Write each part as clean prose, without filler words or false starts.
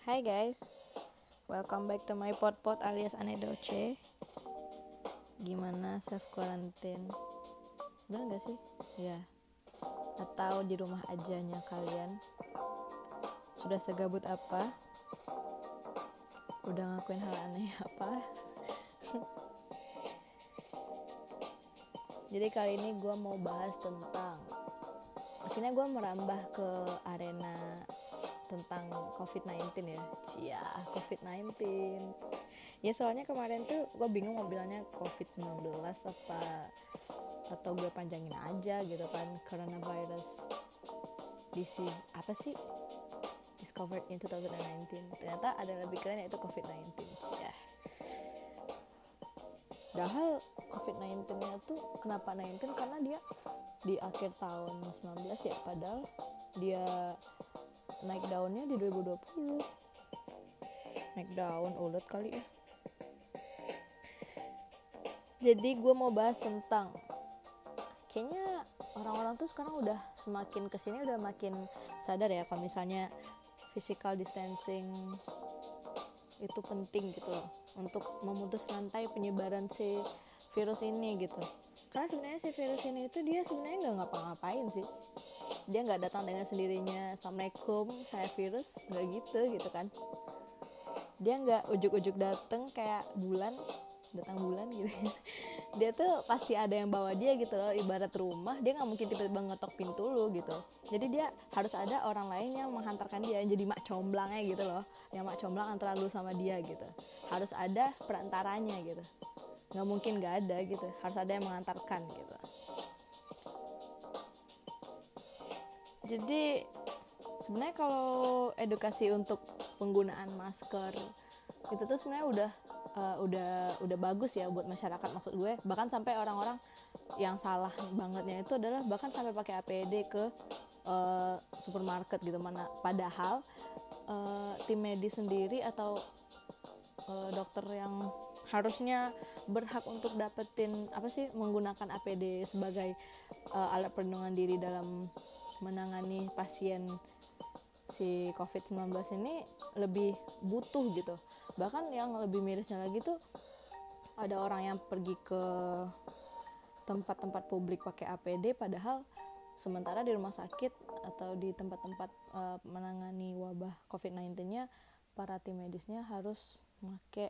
Hai guys, welcome back to my pot alias Anedoce. Gimana self quarantine? Bener gak sih? Ya. Atau di rumah ajanya kalian? Sudah segabut apa? Udah ngakuin hal aneh apa? Jadi kali ini gue mau bahas tentang, akhirnya gue merambah ke arena tentang COVID-19 ya. COVID-19. Ya soalnya kemarin tuh gue bingung mau bilangnya COVID-19 apa atau gue panjangin aja gitu kan, coronavirus disease apa sih, discovered in 2019. Ternyata ada yang lebih keren, yaitu COVID-19. Padahal COVID-19 nya tuh kenapa 19, karena dia di akhir tahun 19 ya, padahal dia naik daunnya di 2020. Naik daun ulet kali ya. Jadi gue mau bahas tentang, kayaknya orang-orang tuh sekarang udah semakin kesini udah makin sadar ya kalau misalnya physical distancing itu penting gitu loh, untuk memutus rantai penyebaran si virus ini gitu. Karena sebenarnya si virus ini itu dia sebenarnya nggak ngapa-ngapain sih. Dia nggak datang dengan sendirinya, assalamualaikum saya virus, nggak gitu kan. Dia nggak ujuk-ujuk datang kayak datang bulan gitu. Dia tuh pasti ada yang bawa dia gitu loh, ibarat rumah, dia nggak mungkin tiba-tiba ngetok pintu lu gitu. Jadi dia harus ada orang lain yang menghantarkan dia, jadi mak comblangnya gitu loh, yang mak comblang antara lu sama dia gitu. Harus ada perantaranya gitu, nggak mungkin nggak ada gitu, harus ada yang mengantarkan gitu. Jadi sebenarnya kalau edukasi untuk penggunaan masker itu tuh sebenarnya udah bagus ya buat masyarakat, maksud gue. Bahkan sampai orang-orang yang salah bangetnya itu adalah bahkan sampai pakai APD ke supermarket gitu, mana padahal tim medis sendiri atau dokter yang harusnya berhak untuk dapetin menggunakan APD sebagai alat perlindungan diri dalam menangani pasien si COVID-19 ini lebih butuh gitu. Bahkan yang lebih mirisnya lagi tuh, ada orang yang pergi ke tempat-tempat publik pakai APD, padahal sementara di rumah sakit atau di tempat-tempat menangani wabah COVID-19-nya, para tim medisnya harus make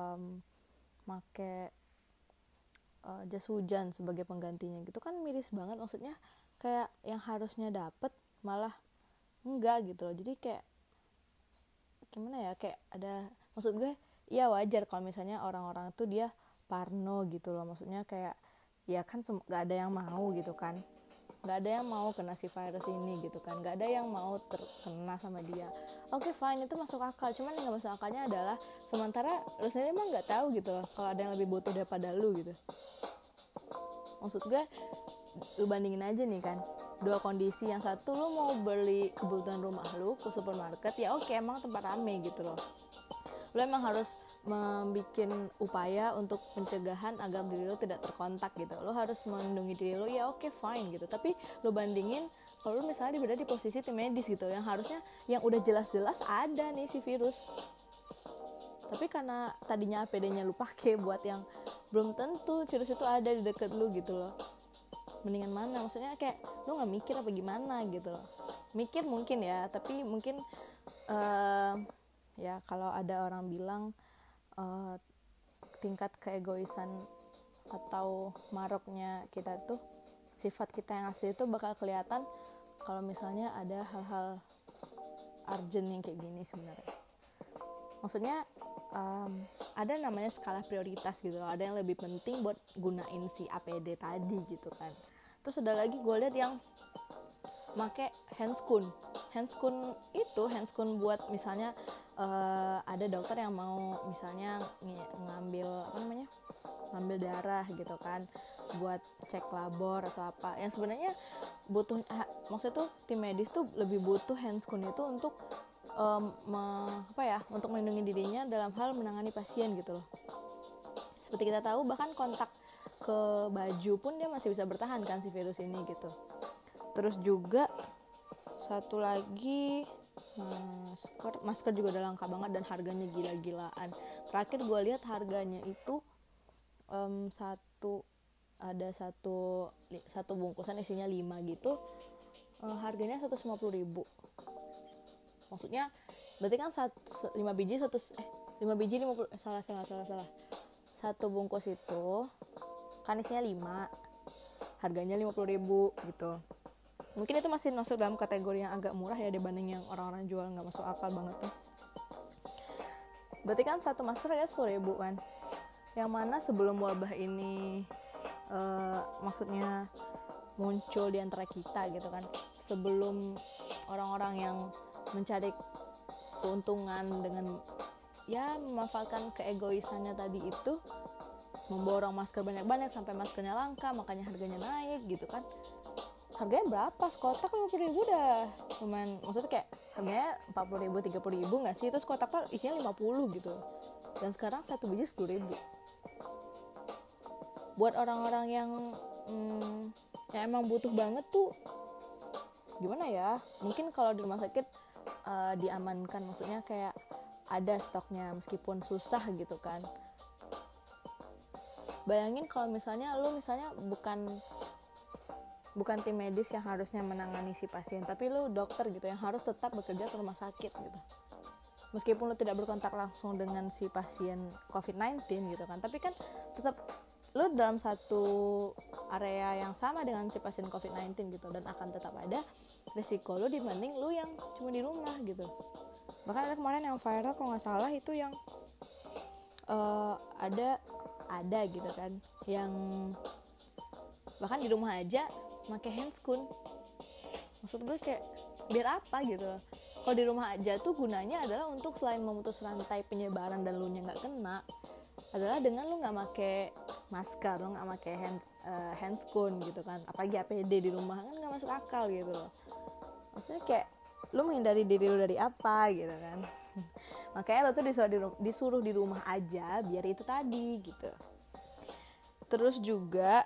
jas hujan sebagai penggantinya gitu kan. Miris banget, maksudnya kayak yang harusnya dapet malah enggak gitu loh. Jadi kayak gimana ya, kayak ada, maksud gue ya wajar kalau misalnya orang-orang tuh dia parno gitu loh, maksudnya kayak ya kan gak ada yang mau gitu kan, gak ada yang mau kena si virus ini gitu kan, gak ada yang mau terkena sama dia. Oke, fine, itu masuk akal. Cuman yang gak masuk akalnya adalah sementara lu sendiri emang gak tahu gitu loh kalau ada yang lebih butuh daripada lu gitu. Maksud gue, lu bandingin aja nih kan, dua kondisi. Yang satu, lu mau beli kebutuhan rumah lu ke supermarket, ya oke, emang tempat rame gitu loh, lu emang harus membuat upaya untuk pencegahan agar diri lu tidak terkontak gitu, lu harus melindungi diri lu, ya oke, fine gitu. Tapi lu bandingin kalau lu misalnya berada di posisi tim medis gitu, yang harusnya yang udah jelas-jelas ada nih si virus, tapi karena tadinya APD-nya lu pakai buat yang belum tentu virus itu ada di deket lu gitu loh. Mendingan mana, maksudnya kayak lu nggak mikir apa gimana gitu loh. Mikir mungkin ya, tapi mungkin ya kalau ada orang bilang tingkat keegoisan atau maroknya kita tuh, sifat kita yang asli itu bakal kelihatan kalau misalnya ada hal-hal urgent yang kayak gini sebenarnya. Maksudnya ada namanya skala prioritas gitu loh. Ada yang lebih penting buat gunain si APD tadi gitu kan. Terus ada lagi gue lihat yang make handscoon buat misalnya ada dokter yang mau misalnya ngambil darah gitu kan, buat cek labor atau apa, yang sebenarnya butuh maksudnya tuh tim medis tuh lebih butuh handscoon itu untuk untuk melindungi dirinya dalam hal menangani pasien gitu loh. Seperti kita tahu, bahkan kontak ke baju pun dia masih bisa bertahan kan si virus ini gitu. Terus juga satu lagi masker juga udah langka banget dan harganya gila-gilaan. Terakhir gue lihat harganya itu satu bungkusan isinya 5 gitu, harganya 150.000. Maksudnya berarti kan 5 biji 5 biji 50, salah. Satu bungkus itu kan isinya 5, harganya 50.000 gitu. Mungkin itu masih masuk dalam kategori yang agak murah ya dibanding yang orang-orang jual nggak masuk akal banget tuh. Berarti kan satu masker harganya 10.000 kan, yang mana sebelum wabah ini maksudnya muncul di antara kita gitu kan, sebelum orang-orang yang mencari keuntungan dengan ya memanfaatkan keegoisannya tadi itu, memborong masker banyak-banyak sampai maskernya langka, makanya harganya naik gitu kan. Harganya berapa? Sekotak 50.000 udah cuman, maksudnya kayak harganya 40.000, 30.000 nggak sih? Terus kotak tuh isinya 50 gitu, dan sekarang satu biji 10.000. Buat orang-orang yang emang butuh banget tuh gimana ya, mungkin kalau di rumah sakit diamankan, maksudnya kayak ada stoknya meskipun susah gitu kan. Bayangin kalau misalnya lu bukan tim medis yang harusnya menangani si pasien, tapi lu dokter gitu yang harus tetap bekerja ke rumah sakit gitu. Meskipun lu tidak berkontak langsung dengan si pasien COVID-19 gitu kan, tapi kan tetap lu dalam satu area yang sama dengan si pasien COVID-19 gitu, dan akan tetap ada resiko lu dibanding lu yang cuma di rumah gitu. Bahkan ada kemarin yang viral kalau nggak salah itu yang ada gitu kan, yang bahkan di rumah aja pakai handscoon. Maksud gue kayak biar apa gitu. Kalau di rumah aja tuh gunanya adalah untuk selain memutus rantai penyebaran dan lu nya nggak kena, adalah dengan lu nggak pakai masker, lu nggak pakai handscoon gitu kan, apalagi APD di rumah kan nggak masuk akal gitu loh. Maksudnya kayak lu menghindari diri lu dari apa gitu kan. Makanya lu tuh disuruh di rumah aja biar itu tadi gitu. Terus juga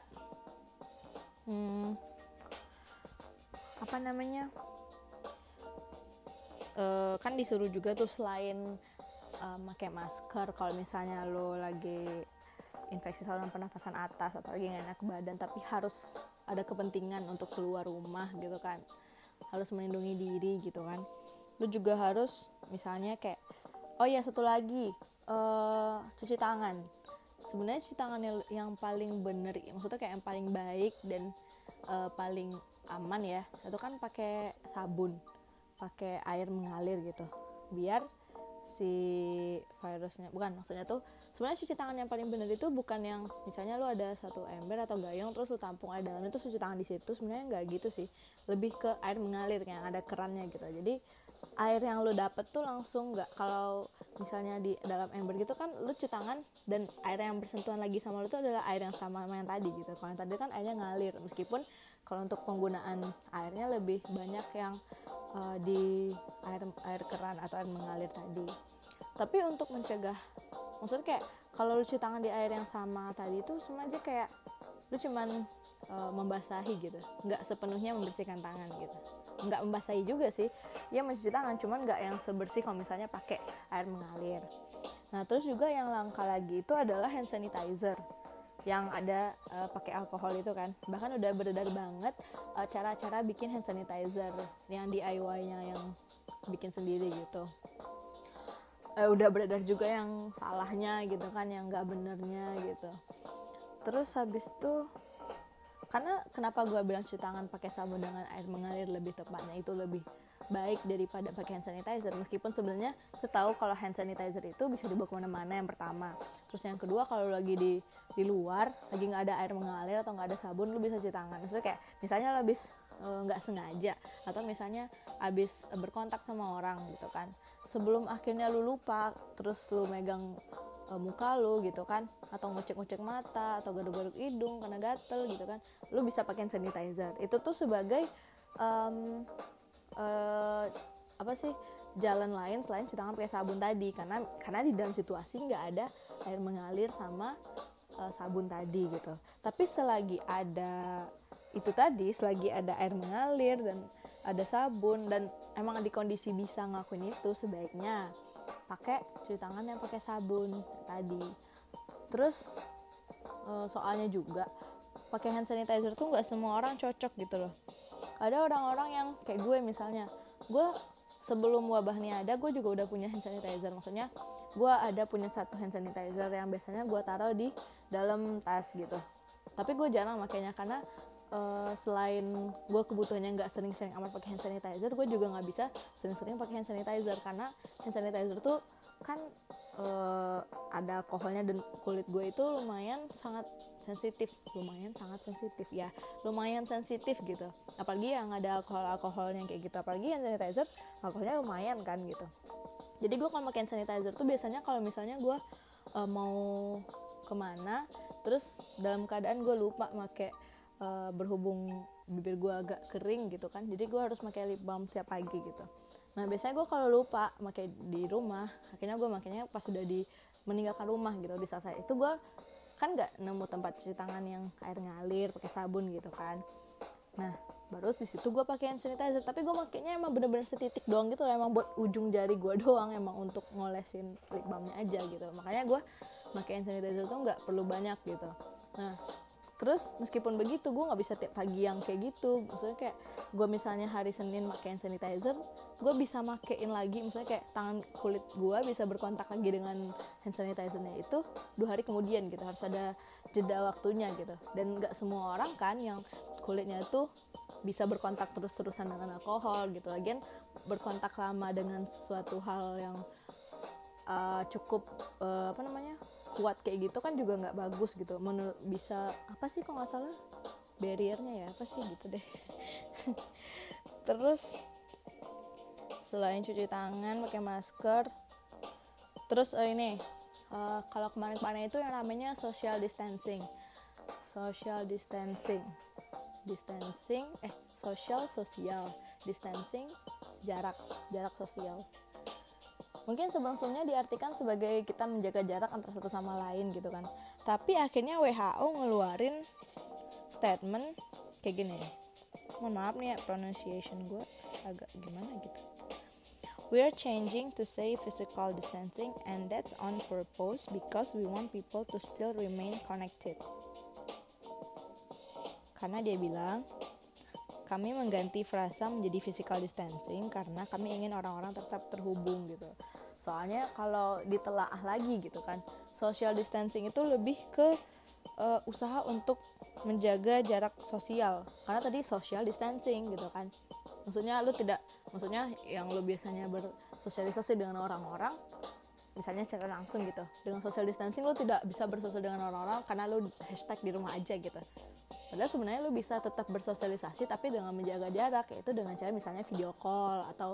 kan disuruh juga tuh selain pakai masker kalau misalnya lo lagi infeksi saluran pernafasan atas atau lagi gak enak badan tapi harus ada kepentingan untuk keluar rumah gitu kan, harus melindungi diri gitu kan. Lo juga harus misalnya kayak satu lagi cuci tangan. Sebenarnya cuci tangan yang paling bener, maksudnya kayak yang paling baik dan paling aman ya, itu kan pakai sabun, pakai air mengalir gitu, biar si virusnya, bukan, maksudnya tuh sebenarnya cuci tangan yang paling bener itu bukan yang misalnya lu ada satu ember atau gayung terus lu tampung air dalamnya terus cuci tangan di situ. Sebenarnya nggak gitu sih, lebih ke air mengalir yang ada kerannya gitu. Jadi air yang lu dapet tuh langsung, nggak kalau misalnya di dalam ember gitu kan lu cuci tangan dan air yang bersentuhan lagi sama lu tuh adalah air yang sama yang tadi gitu. Kalau yang tadi kan airnya ngalir, meskipun kalau untuk penggunaan airnya lebih banyak yang di air keran atau air mengalir tadi. Tapi untuk mencegah, maksudnya kayak kalau lu cuci tangan di air yang sama tadi itu sama aja kayak lu cuman membasahi gitu, nggak sepenuhnya membersihkan tangan gitu. Nggak membasahi juga sih, ya mencuci tangan, cuman nggak yang sebersih kalau misalnya pakai air mengalir. Nah terus juga yang langka lagi itu adalah hand sanitizer yang ada pakai alkohol itu kan. Bahkan udah beredar banget cara-cara bikin hand sanitizer yang DIY-nya, yang bikin sendiri gitu. Udah beredar juga yang salahnya gitu kan, yang nggak benernya gitu. Terus habis itu, karena kenapa gue bilang cuci tangan pakai sabun dengan air mengalir lebih tepatnya, itu lebih baik daripada pakai hand sanitizer, meskipun sebenarnya kita tahu kalau hand sanitizer itu bisa dibawa kemana-mana, yang pertama. Terus yang kedua, kalau lagi di luar lagi nggak ada air mengalir atau nggak ada sabun, lu bisa cuci tangan. Maksudnya kayak misalnya lu habis nggak sengaja, atau misalnya habis berkontak sama orang gitu kan, sebelum akhirnya lu lupa terus lu megang muka lu gitu kan, atau ngucek-ngucek mata atau garuk-garuk hidung karena gatel gitu kan, lu bisa pakai sanitizer. Itu tuh sebagai jalan lain selain cuci tangan pakai sabun tadi, karena di dalam situasi nggak ada air mengalir sama sabun tadi gitu. Tapi selagi ada itu tadi, selagi ada air mengalir dan ada sabun, dan emang di kondisi bisa ngelakuin itu sebaiknya pakai cuci tangan yang pakai sabun tadi. Terus soalnya juga pakai hand sanitizer tuh nggak semua orang cocok gitu loh. Ada orang-orang yang kayak gue misalnya, gue sebelum wabah ini ada, gue juga udah punya hand sanitizer. Maksudnya gue ada punya satu hand sanitizer yang biasanya gue taruh di dalam tas gitu. Tapi gue jarang makainya karena selain gue kebutuhannya nggak sering-sering amat pakai hand sanitizer, gue juga nggak bisa sering-sering pakai hand sanitizer karena hand sanitizer tuh kan ada alkoholnya, dan kulit gue itu lumayan sangat sensitif gitu, apalagi yang ada alkoholnya kayak gitu, apalagi hand sanitizer alkoholnya lumayan kan gitu. Jadi gue kalau pakai hand sanitizer tuh biasanya kalau misalnya gue mau kemana terus dalam keadaan gue lupa pakai, berhubung bibir gue agak kering gitu kan, jadi gue harus pakai lip balm setiap pagi gitu. Nah biasanya gue kalau lupa pakai di rumah, akhirnya gue makainya pas sudah meninggalkan rumah gitu. Di saat itu gue kan nggak nemu tempat cuci tangan yang air ngalir pakai sabun gitu kan. Nah baru di situ gue pakai hand sanitizer, tapi gue makainya emang bener-bener setitik doang gitu, emang buat ujung jari gue doang, emang untuk ngolesin lip balmnya aja gitu. Makanya gue pakai hand sanitizer tuh nggak perlu banyak gitu. Nah terus meskipun begitu gue nggak bisa tiap pagi yang kayak gitu. Maksudnya kayak gue misalnya hari Senin pakai hand sanitizer, gue bisa makein lagi, misalnya kayak tangan kulit gue bisa berkontak lagi dengan hand sanitizernya itu 2 hari kemudian gitu, harus ada jeda waktunya gitu. Dan nggak semua orang kan yang kulitnya itu bisa berkontak terus-terusan dengan alkohol gitu. Lagian berkontak lama dengan suatu hal yang cukup kuat kayak gitu kan juga nggak bagus gitu. Bisa apa sih kalau nggak salah barriernya ya apa sih gitu deh. Terus selain cuci tangan pakai masker, terus kalau kemarin-kemarin itu yang namanya social distancing social distancing, jarak sosial. Mungkin sebelum-sebelumnya diartikan sebagai kita menjaga jarak antara satu sama lain gitu kan. Tapi akhirnya WHO ngeluarin statement kayak gini. Mohon maaf nih ya, pronunciation gue agak gimana gitu. We're changing to say physical distancing, and that's on purpose because we want people to still remain connected. Karena dia bilang, kami mengganti frasa menjadi physical distancing karena kami ingin orang-orang tetap terhubung gitu. Soalnya kalau ditelaah lagi gitu kan, social distancing itu lebih ke usaha untuk menjaga jarak sosial. Karena tadi social distancing gitu kan. Maksudnya yang lu biasanya bersosialisasi dengan orang-orang, misalnya secara langsung gitu. Dengan social distancing lu tidak bisa bersosial dengan orang-orang karena lu hashtag di rumah aja gitu. Padahal sebenarnya lu bisa tetap bersosialisasi tapi dengan menjaga jarak, yaitu dengan cara misalnya video call atau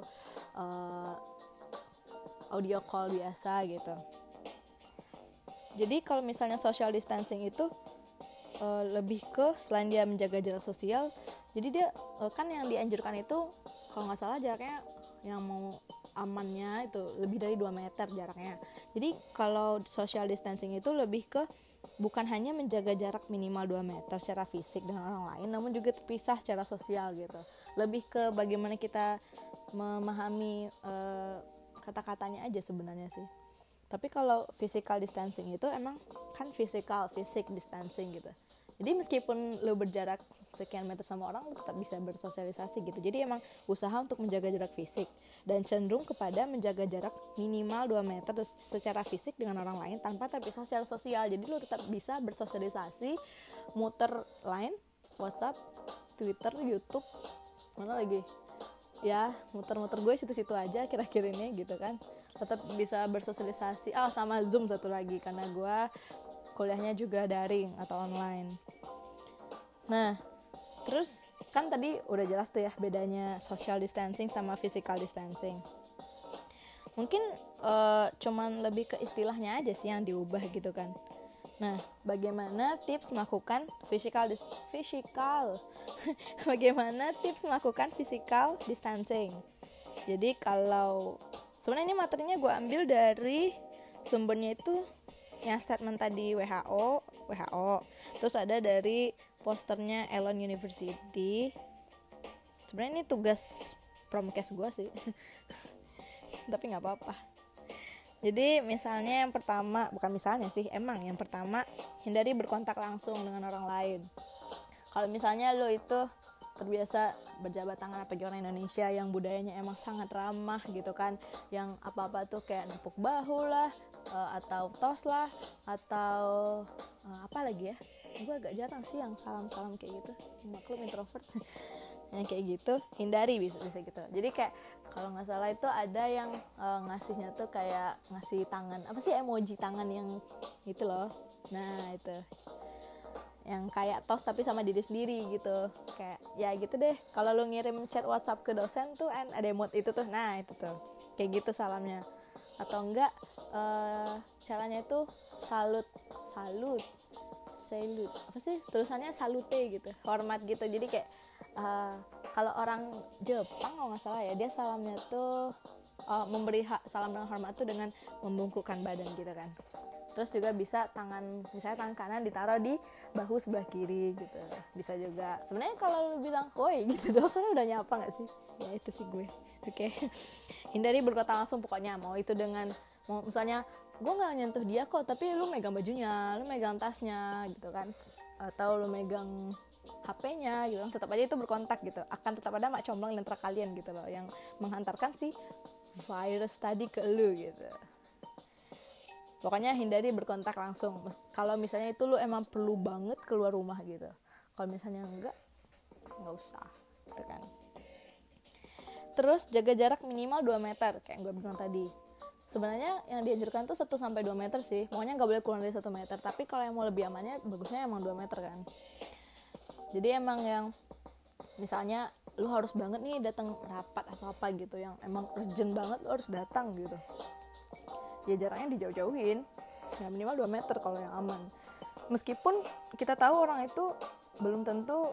audio call biasa gitu. Jadi kalau misalnya social distancing itu lebih ke selain dia menjaga jarak sosial, jadi dia kan yang dianjurkan itu kalau nggak salah jaraknya yang mau amannya itu lebih dari 2 meter jaraknya. Jadi kalau social distancing itu lebih ke bukan hanya menjaga jarak minimal 2 meter secara fisik dengan orang lain, namun juga terpisah secara sosial gitu. Lebih ke bagaimana kita memahami kata-katanya aja sebenarnya sih. Tapi kalau physical distancing itu emang kan fisik distancing gitu. Jadi meskipun lu berjarak sekian meter sama orang, lu tetap bisa bersosialisasi gitu. Jadi emang usaha untuk menjaga jarak fisik dan cenderung kepada menjaga jarak minimal 2 meter secara fisik dengan orang lain tanpa terpisah secara sosial. Jadi lu tetap bisa bersosialisasi, muter line, WhatsApp, Twitter, YouTube, mana lagi? Ya, muter-muter gue situ-situ aja kira-kira ini gitu kan. Tetap bisa bersosialisasi. Sama Zoom satu lagi karena gue kuliahnya juga daring atau online. Nah, terus kan tadi udah jelas tuh ya bedanya social distancing sama physical distancing. Mungkin cuman lebih ke istilahnya aja sih yang diubah gitu kan. Nah, bagaimana tips melakukan bagaimana tips melakukan physical distancing? Jadi kalau sebenarnya ini materinya gue ambil dari sumbernya itu yang statement tadi WHO, terus ada dari posternya Elon University, Sebenarnya ini tugas promkes gue sih. Tapi nggak apa-apa. Jadi misalnya yang pertama, bukan misalnya sih, emang yang pertama, hindari berkontak langsung dengan orang lain. Kalau misalnya lo itu terbiasa berjabat tangan apalagi orang Indonesia yang budayanya emang sangat ramah gitu kan, yang apa-apa tuh kayak nepuk bahu lah, atau tos lah, atau apa lagi ya, gue agak jarang sih yang salam-salam kayak gitu, maklum introvert. Yang kayak gitu hindari bisa gitu. Jadi kayak kalau nggak salah itu ada yang ngasihnya tuh kayak ngasih tangan, apa sih, emoji tangan yang gitu loh. Nah itu yang kayak tos tapi sama diri sendiri gitu, kayak ya gitu deh. Kalau lu ngirim chat WhatsApp ke dosen tuh ada emote itu tuh, nah itu tuh kayak gitu salamnya. Atau enggak caranya itu salut apa sih tulisannya, salute gitu, hormat gitu. Jadi kayak kalau orang Jepang kalau nggak salah ya, dia salamnya tuh memberi salam dengan hormat tuh dengan membungkukkan badan gitu kan. Terus juga bisa misalnya tangan kanan ditaruh di bahu sebelah kiri gitu, bisa juga. Sebenarnya kalau lu bilang woi gitu doang, sebenarnya udah nyapa nggak sih? Ya itu sih gue. Oke. Hindari berkontak langsung pokoknya, mau itu dengan misalnya gue nggak nyentuh dia kok, tapi lu megang bajunya, lu megang tasnya gitu kan, atau lu megang HP-nya gitu, tetap aja itu berkontak gitu. Akan tetap ada mak comblang di antara kalian gitu loh, yang menghantarkan si virus tadi ke lu gitu. Pokoknya hindari berkontak langsung. Kalau misalnya itu lu emang perlu banget keluar rumah gitu. Kalau misalnya enggak usah gitu kan. Terus jaga jarak minimal 2 meter kayak gue bilang tadi. Sebenarnya yang dianjurkan tuh 1-2 meter sih. Pokoknya gak boleh kurang dari 1 meter. Tapi kalau yang mau lebih amannya, bagusnya emang 2 meter kan. Jadi emang yang misalnya lu harus banget nih datang rapat atau apa gitu, yang emang urgent banget lu harus datang gitu, ya jaraknya dijauh-jauhin, ya minimal 2 meter kalau yang aman. Meskipun kita tahu orang itu belum tentu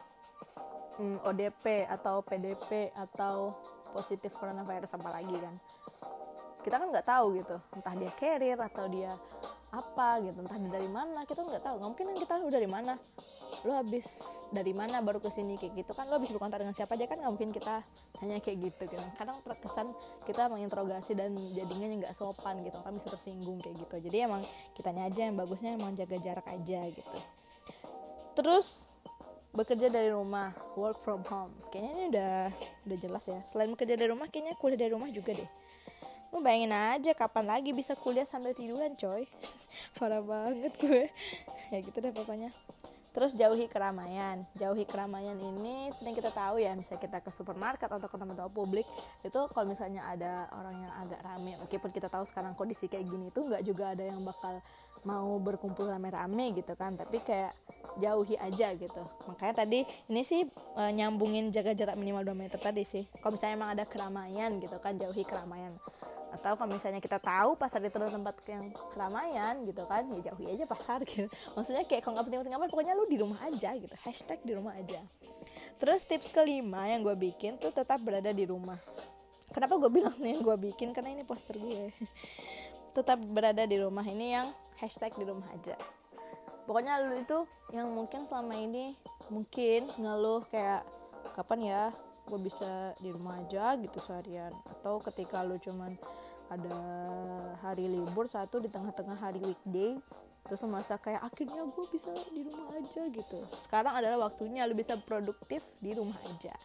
ODP atau PDP atau positif coronavirus apalagi kan, kita kan nggak tahu gitu, entah dia carrier atau dia apa gitu, entah dia dari mana, kita nggak tahu. Nggak mungkin kan kita lu dari mana, lu habis dari mana baru kesini kayak gitu kan, lu habis berkontak dengan siapa aja kan, nggak mungkin kita hanya kayak gitu kan. Kadang terkesan kita menginterogasi dan jadinya nggak sopan gitu, orang bisa tersinggung kayak gitu. Jadi emang kitanya aja yang bagusnya emang jaga jarak aja gitu. Terus bekerja dari rumah, work from home, kayaknya ini udah jelas ya. Selain bekerja dari rumah, kayaknya kuliah dari rumah juga deh. Lu bayangin aja kapan lagi bisa kuliah sambil tiduran coy. Parah banget gue. Ya gitu deh pokoknya. Terus jauhi keramaian ini seperti kita tahu ya, misalnya kita ke supermarket atau ke tempat publik itu, kalau misalnya ada orang yang agak rame, meskipun kita tahu sekarang kondisi kayak gini tuh nggak juga ada yang bakal mau berkumpul rame-rame gitu kan, tapi kayak jauhi aja gitu. Makanya tadi ini sih nyambungin jaga jarak minimal 2 meter tadi sih. Kalau misalnya emang ada keramaian gitu kan, jauhi keramaian. Atau kalau misalnya kita tahu pasar itu tempat yang keramaian gitu kan, ya jauhi aja pasar gitu. Maksudnya kayak kalau nggak penting-penting amat, pokoknya lu di rumah aja gitu. Hashtag di rumah aja. Terus tips kelima yang gue bikin tuh tetap berada di rumah. Kenapa gue bilang nih yang gue bikin? Karena ini poster gue. Tetap berada di rumah, ini yang hashtag di rumah aja. Pokoknya lu itu yang mungkin selama ini mungkin ngeluh kayak kapan ya gue bisa di rumah aja gitu seharian, atau ketika lu cuman ada hari libur satu di tengah-tengah hari weekday, terus merasa kayak akhirnya gue bisa di rumah aja gitu. Sekarang adalah waktunya lu bisa produktif di rumah aja.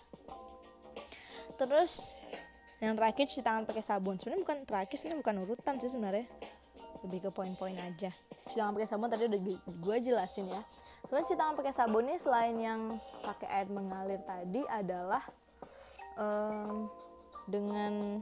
Terus yang terakhir, cuci tangan pakai sabun. Sebenarnya bukan terakhir, ini bukan urutan sih sebenarnya, lebih ke poin-poin aja. Cuci tangan pakai sabun tadi udah gue jelasin ya. Terus cuci tangan pakai sabun ini selain yang pakai air mengalir tadi adalah dengan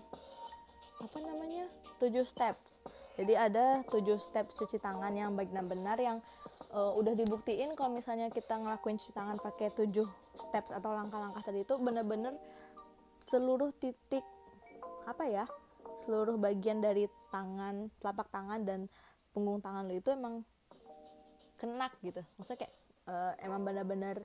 7 step. Jadi ada 7 step cuci tangan yang baik dan benar, yang udah dibuktiin kalau misalnya kita ngelakuin cuci tangan pakai 7 steps atau langkah-langkah tadi itu benar-benar seluruh titik seluruh bagian dari tangan, telapak tangan dan punggung tangan lo itu emang kena gitu. Maksudnya kayak emang benar-benar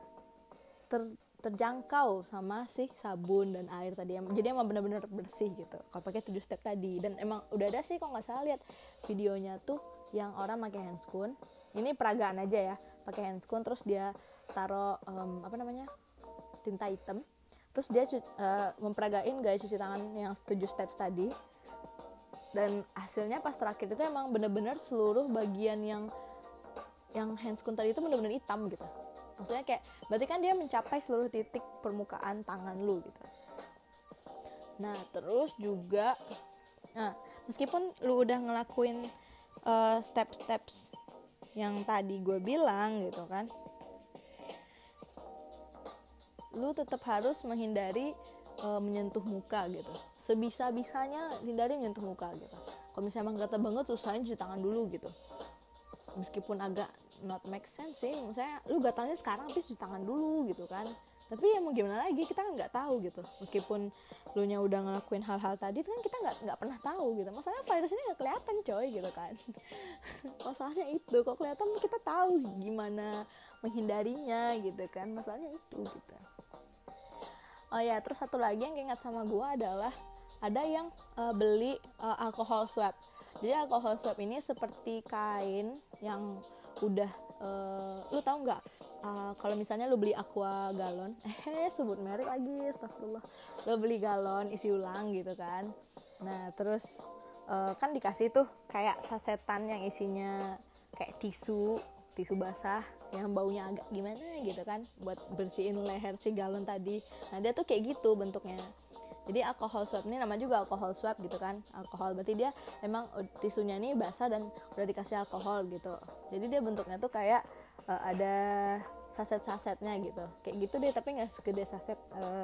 terjangkau sama si sabun dan air tadi. Jadi emang benar-benar bersih gitu kalau pakai 7 step tadi. Dan emang udah ada sih kalau nggak salah lihat videonya tuh yang orang pakai handscoon. Ini peragaan aja ya, pakai handscoon terus dia taruh tinta hitam, Terus dia memperagain gaya cuci tangan yang 7 steps tadi. Dan hasilnya pas terakhir itu emang bener-bener seluruh bagian yang handscoon tadi itu bener-bener hitam gitu. Maksudnya kayak berarti kan dia mencapai seluruh titik permukaan tangan lu gitu. Nah terus juga meskipun lu udah ngelakuin steps yang tadi gue bilang gitu kan, lu tetap harus menghindari menyentuh muka gitu. Sebisa-bisanya hindari menyentuh muka gitu. Kalau misalnya emang gatal banget, usahain cuci tangan dulu gitu. Meskipun agak not make sense sih, misalnya lu gatalnya sekarang tapi cuci tangan dulu gitu kan. Tapi ya mau gimana lagi, kita kan nggak tahu gitu. Meskipun lu nya udah ngelakuin hal-hal tadi, kan kita nggak pernah tahu gitu. Masalahnya virus ini nggak kelihatan coy gitu kan. Masalahnya itu, kok kelihatan kita tahu gimana menghindarinya gitu kan. Masalahnya itu gitu. Oh ya, terus satu lagi yang keinget sama gue adalah ada yang beli alcohol swab. Jadi alcohol swab ini seperti kain yang udah lu tahu nggak? Kalau misalnya lu beli aqua galon, sebut merek lagi, astagfirullah. Lu beli galon isi ulang gitu kan. Nah terus kan dikasih tuh kayak sasetan yang isinya kayak tisu basah yang baunya agak gimana gitu kan, buat bersihin leher si galon tadi. Nah dia tuh kayak gitu bentuknya. Jadi alcohol swab ini nama juga alcohol swab gitu kan. Alkohol berarti dia memang tisunya ini basah dan udah dikasih alkohol gitu. Jadi dia bentuknya tuh kayak ada saset-sasetnya gitu. Kayak gitu deh, tapi gak segede saset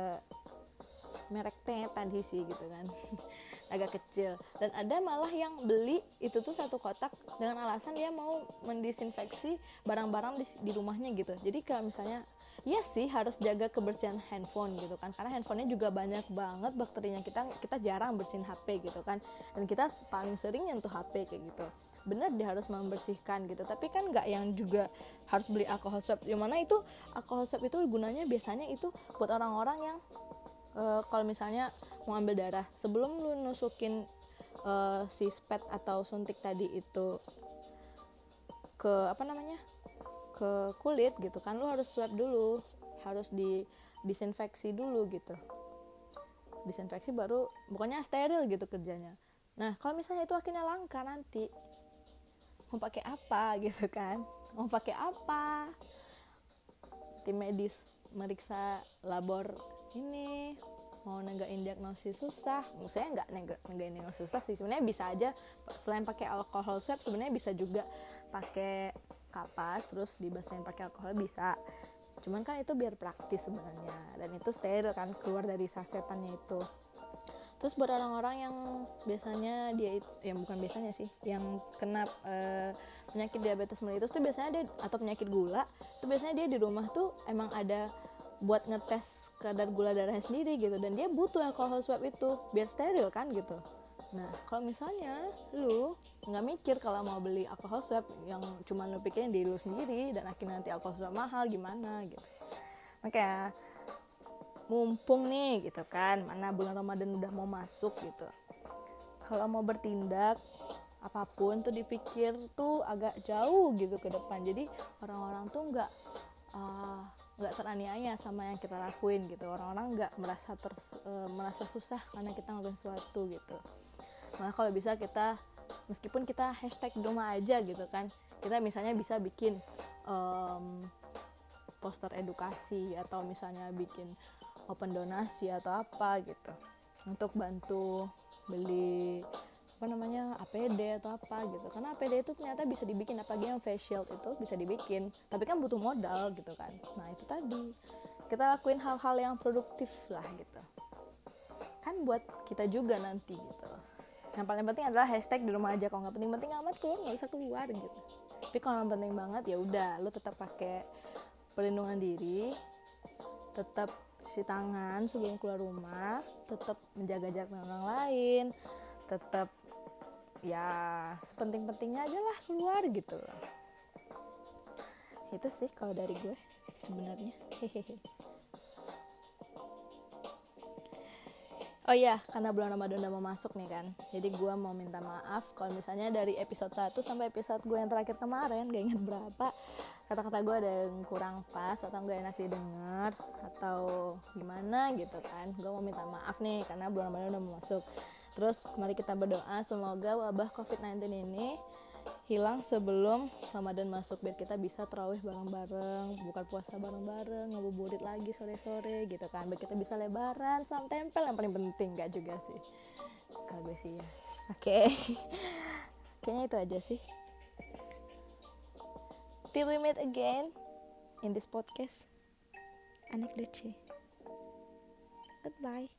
merek teh tadi sih gitu kan. Agak kecil. Dan ada malah yang beli itu tuh satu kotak dengan alasan dia mau mendisinfeksi barang-barang di rumahnya gitu. Jadi kalau misalnya iya sih harus jaga kebersihan handphone gitu kan, karena handphonenya juga banyak banget bakterinya. Kita jarang bersihin HP gitu kan, dan kita paling sering nyentuh HP kayak gitu. Bener dia harus membersihkan gitu, tapi kan nggak yang juga harus beli alcohol swab. Yang mana itu alcohol swab itu gunanya biasanya itu buat orang-orang yang kalau misalnya mau ambil darah, sebelum lu nusukin si spet atau suntik tadi itu ke ke kulit gitu kan, lu harus swab dulu, harus disinfeksi dulu gitu. Disinfeksi baru pokoknya steril gitu kerjanya. Nah kalau misalnya itu akhirnya langka, nanti mau pakai apa gitu kan, mau pakai apa, tim medis meriksa labor ini, mau negain diagnosis susah. Maksudnya nggak negain diagnosis susah sih sebenarnya, bisa aja selain pakai alcohol swab sebenarnya bisa juga pakai kapas terus dibasahin pakai alkohol bisa. Cuman kan itu biar praktis sebenarnya, dan itu steril kan keluar dari sasetannya itu. Terus buat orang-orang yang biasanya dia yang bukan biasanya sih, yang kena penyakit diabetes mellitus tuh biasanya dia, atau penyakit gula tuh biasanya dia di rumah tuh emang ada buat ngetes kadar gula darahnya sendiri gitu, dan dia butuh alcohol swab itu biar steril kan gitu. Nah kalau misalnya lu nggak mikir kalau mau beli alcohol swab, yang cuma lu pikirin diri lu sendiri, dan akhirnya nanti alcohol swab mahal gimana gitu. Makanya mumpung nih gitu kan, mana bulan Ramadan udah mau masuk gitu, kalau mau bertindak apapun tuh dipikir tuh agak jauh gitu ke depan. Jadi orang-orang tuh nggak teraniaya sama yang kita lakuin gitu. Orang-orang nggak merasa susah karena kita ngelakuin sesuatu gitu. Nah kalau bisa kita, meskipun kita hashtag di rumah aja gitu kan, kita misalnya bisa bikin poster edukasi, atau misalnya bikin open donasi atau apa gitu untuk bantu beli APD atau apa gitu. Karena APD itu ternyata bisa dibikin, apalagi yang face shield itu bisa dibikin, tapi kan butuh modal gitu kan. Nah itu tadi, kita lakuin hal-hal yang produktif lah gitu kan, buat kita juga nanti gitu. Yang paling penting adalah hashtag di rumah aja. Kalau nggak penting-penting amat keluar, nggak usah keluar gitu. Tapi kalau yang penting banget ya udah, lu tetap pakai perlindungan diri, tetap cuci tangan sebelum keluar rumah, tetap menjaga jarak dengan orang lain, tetap ya sepenting-pentingnya aja lah keluar gitu loh. Itu sih kalau dari gue sebenarnya. Oh iya, karena bulan Ramadan udah mau masuk nih kan, jadi gue mau minta maaf kalau misalnya dari episode 1 sampai episode gue yang terakhir kemarin, gak inget berapa, kata-kata gue ada yang kurang pas atau gak enak didengar atau gimana gitu kan, gue mau minta maaf nih karena bulan Ramadan udah mau masuk. Terus mari kita berdoa semoga wabah COVID-19 ini hilang sebelum Ramadan masuk, biar kita bisa tarawih bareng-bareng, buka puasa bareng-bareng, ngabuburit lagi sore-sore gitu kan, biar kita bisa lebaran sama tempel yang paling penting. Gak juga sih kalau gue sih ya. Oke. Kayaknya itu aja sih. Till we meet again in this podcast. Anak Dece. Goodbye.